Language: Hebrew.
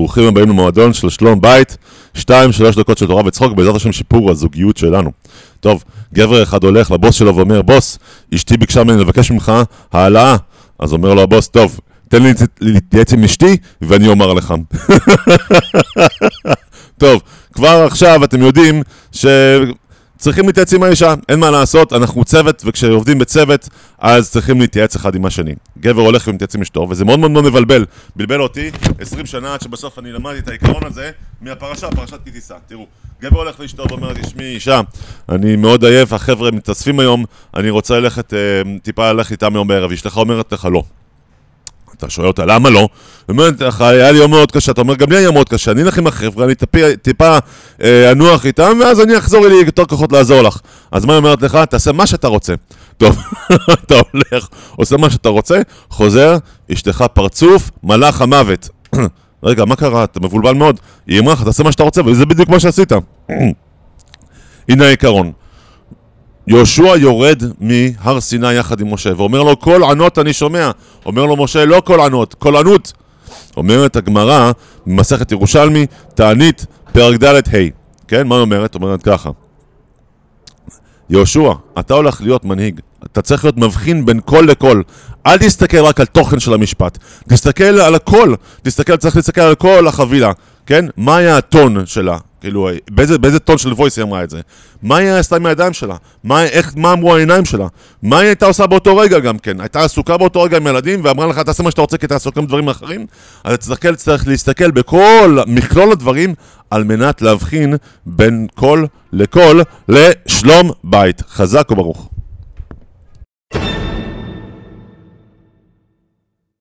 ברוכים הבאים למועדון של שלום בית, 2-3 דקות של תורה וצחוק, בעזרת השם שיפור הזוגיות שלנו. טוב, גבר אחד הולך לבוס שלו ואומר, בוס, אשתי ביקשה ממני לבקש ממך העלאה. אז אומר לו הבוס, טוב, תן לי להתייעץ עם אשתי ואני אומר לך. טוב, כבר עכשיו אתם יודעים צריכים להתייעץ עם האישה, אין מה לעשות, אנחנו צוות, וכשעובדים בצוות, אז צריכים להתייעץ אחד עם השני. גבר הולך ומתייעץ עם אשתו, וזה מאוד מאוד מאוד מבלבל. בלבל אותי 20 שנה עד שבסוף אני למדתי את העיקרון הזה מהפרשה, פרשת כי תישא. תראו, גבר הולך לאשתו ואומר, תשמעי אישה, אני מאוד עייף, החבר'ה מתאספים היום, אני רוצה ללכת, טיפה ללכת איתם היום בערב. אשתך אומרת לך לא. אתה שואל אותה, למה לא? אומרת לך, היה לי יום מאוד קשה, אתה אומר, גם לי היה מאוד קשה, אני אלך עם החבר'ה, אני טיפה אנוח איתם, ואז אני אחזור לי יותר כוחות לעזור לך. אז מה היא אומרת לך? תעשה מה שאתה רוצה. טוב, אתה הולך, עושה מה שאתה רוצה, חוזר, אשתך פרצוף, מלאך המוות. רגע, מה קרה? אתה מבולבל מאוד. היא אמרה לך, תעשה מה שאתה רוצה, וזה בדיוק מה שעשית. הנה העיקרון. יהושע יורד מהר סיני יחד עם משה, ואומר לו, כל ענות אני שומע. אומר לו משה, לא כל ענות, כל ענות. אומרת הגמרא, במסכת ירושלמי, תענית, פרק ד' ה'. כן, מה אומרת? אומרת ככה. יהושע, אתה הולך להיות מנהיג. אתה צריך להיות מבחין בין כל לכל. אל תסתכל רק על תוכן של המשפט. תסתכל על הכל. צריך להסתכל על כל החבילה. כן? מה היה הטון שלה? כאילו, באיזה טון של וויס היא אמרה את זה? מה היא עשתה עם הידיים שלה? מה אמרו העיניים שלה? מה היא הייתה עושה באותו רגע גם כן? הייתה עסוקה באותו רגע עם ילדים ואמרה לך, תעשה מה שאתה רוצה כי אתה עסוק עם דברים אחרים? אז צריך להסתכל בכל מכלול הדברים על מנת להבחין בין כל לכל לשלום בית. חזק וברוך.